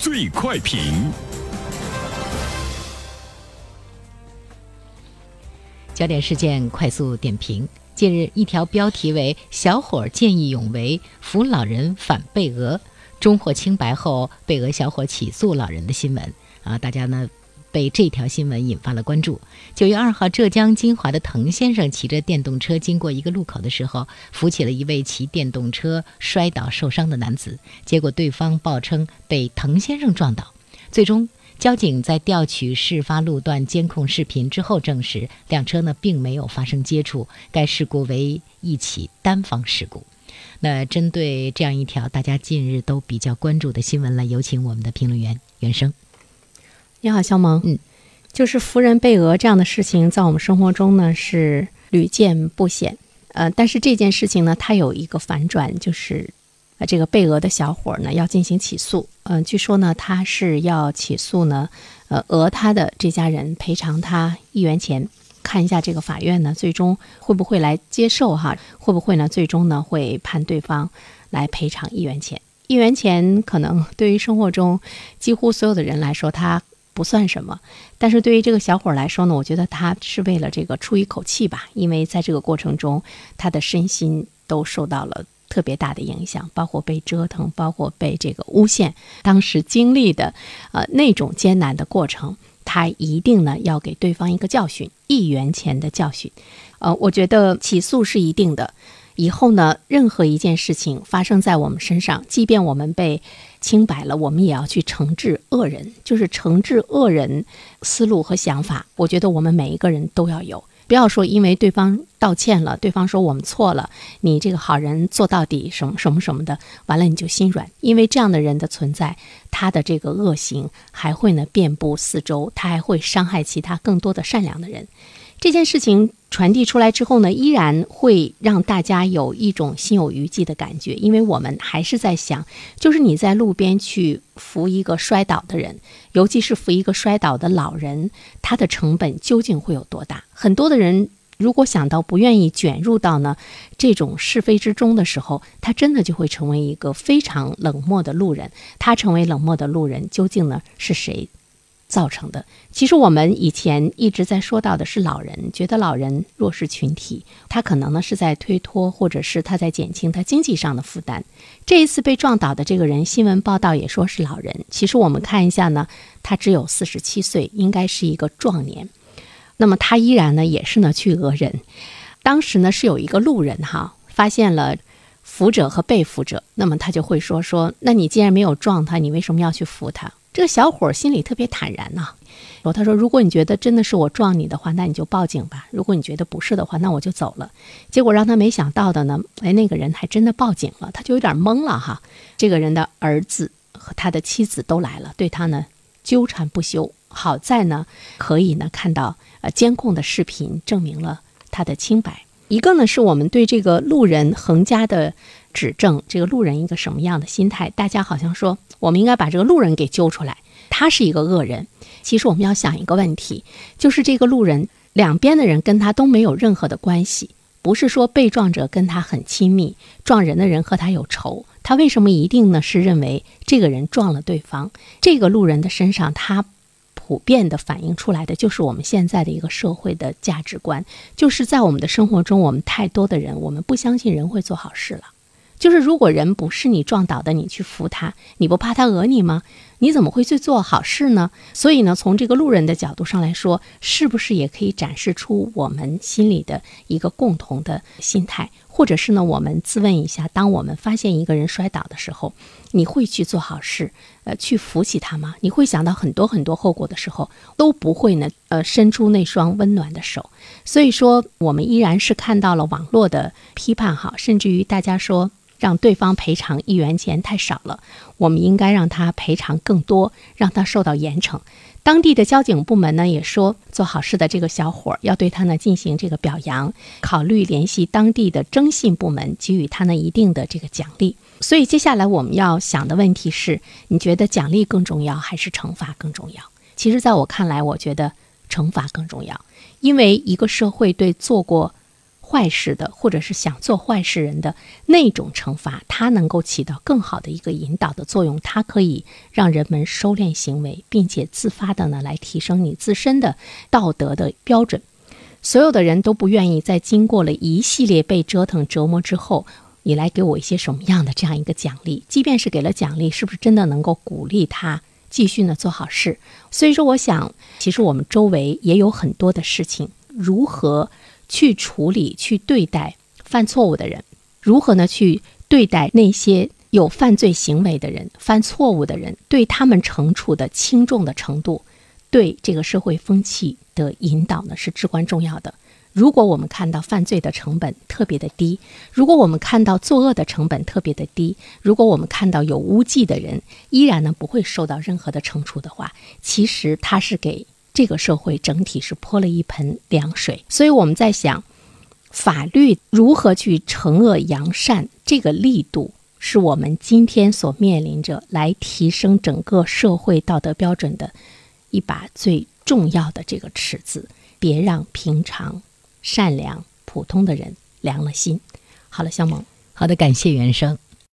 最快评。 焦点事件快速点评。近日，一条标题为“小伙见义勇为，扶老人反被讹，终获清白后，被讹小伙起诉老人”的新闻大家呢被这条新闻引发了关注。9月2号，浙江金华的滕先生骑着电动车经过一个路口的时候，扶起了一位骑电动车摔倒受伤的男子，结果对方报称被滕先生撞倒。最终，交警在调取事发路段监控视频之后证实，两车呢并没有发生接触，该事故为一起单方事故。那针对这样一条大家近日都比较关注的新闻，来有请我们的评论员袁生。 你好，肖萌。就是扶人被讹这样的事情，在我们生活中呢是屡见不鲜。但是这件事情呢，它有一个反转，就是这个被讹的小伙呢要进行起诉。据说呢他是要起诉呢，讹他的这家人赔偿他1元钱。看一下这个法院呢最终会不会来接受哈？会不会呢最终呢会判对方来赔偿1元钱？1元钱可能对于生活中几乎所有的人来说，它不算什么，但是对于这个小伙来说呢，我觉得他是为了这个出一口气吧，因为在这个过程中，他的身心都受到了特别大的影响，包括被折腾，包括被这个诬陷，当时经历的那种艰难的过程，他一定呢要给对方一个教训，1元钱的教训。我觉得起诉是一定的。以后呢，任何一件事情发生在我们身上，即便我们被清白了，我们也要去惩治恶人，就是惩治恶人思路和想法，我觉得我们每一个人都要有。不要说因为对方道歉了，对方说我们错了，你这个好人做到底什么什么什么的，完了你就心软。因为这样的人的存在，他的这个恶行还会呢遍布四周，他还会伤害其他更多的善良的人。这件事情传递出来之后呢，依然会让大家有一种心有余悸的感觉，因为我们还是在想，就是你在路边去扶一个摔倒的人，尤其是扶一个摔倒的老人，他的成本究竟会有多大？很多的人如果想到不愿意卷入到呢这种是非之中的时候，他真的就会成为一个非常冷漠的路人。他成为冷漠的路人，究竟呢是谁造成的？其实我们以前一直在说到的是老人，觉得老人弱势群体，他可能呢是在推脱，或者是他在减轻他经济上的负担。这一次被撞倒的这个人，新闻报道也说是老人，其实我们看一下呢，他只有47岁，应该是一个壮年。那么他依然呢也是呢去讹人。当时呢是有一个路人发现了扶者和被扶者，那么他就会说那你既然没有撞他，你为什么要去扶他？这个小伙心里特别坦然他说如果你觉得真的是我撞你的话，那你就报警吧，如果你觉得不是的话，那我就走了。结果让他没想到的呢，那个人还真的报警了，他就有点懵了这个人的儿子和他的妻子都来了，对他呢纠缠不休。好在呢可以呢看到监控的视频证明了他的清白。一个呢是我们对这个路人横加的指正，这个路人一个什么样的心态，大家好像说我们应该把这个路人给揪出来，他是一个恶人。其实我们要想一个问题，就是这个路人两边的人跟他都没有任何的关系，不是说被撞者跟他很亲密，撞人的人和他有仇，他为什么一定呢是认为这个人撞了对方？这个路人的身上，他普遍的反映出来的就是我们现在的一个社会的价值观，就是在我们的生活中，我们太多的人，我们不相信人会做好事了。就是如果人不是你撞倒的，你去扶他，你不怕他讹你吗？你怎么会去做好事呢？所以呢，从这个路人的角度上来说，是不是也可以展示出我们心里的一个共同的心态？或者是呢，我们自问一下，当我们发现一个人摔倒的时候，你会去做好事，去扶起他吗？你会想到很多很多后果的时候，都不会呢，伸出那双温暖的手。所以说，我们依然是看到了网络的批判甚至于大家说让对方赔偿1元钱太少了，我们应该让他赔偿更多，让他受到严惩。当地的交警部门呢也说，做好事的这个小伙要对他呢进行这个表扬，考虑联系当地的征信部门，给予他呢一定的这个奖励。所以接下来我们要想的问题是，你觉得奖励更重要还是惩罚更重要？其实在我看来，我觉得惩罚更重要。因为一个社会对做过坏事的，或者是想做坏事人的那种惩罚，它能够起到更好的一个引导的作用，它可以让人们收敛行为，并且自发的呢来提升你自身的道德的标准。所有的人都不愿意在经过了一系列被折腾折磨之后，你来给我一些什么样的这样一个奖励，即便是给了奖励，是不是真的能够鼓励他继续呢做好事？所以说我想其实我们周围也有很多的事情，如何去处理去对待犯错误的人，如何呢去对待那些有犯罪行为的人，犯错误的人，对他们惩处的轻重的程度，对这个社会风气的引导呢是至关重要的。如果我们看到犯罪的成本特别的低，如果我们看到作恶的成本特别的低，如果我们看到有污迹的人依然呢不会受到任何的惩处的话，其实它是给这个社会整体是泼了一盆凉水。所以我们在想，法律如何去惩恶扬善，这个力度是我们今天所面临着来提升整个社会道德标准的一把最重要的这个尺子，别让平常善良普通的人凉了心。好了，肖萌。 好的，感谢原生。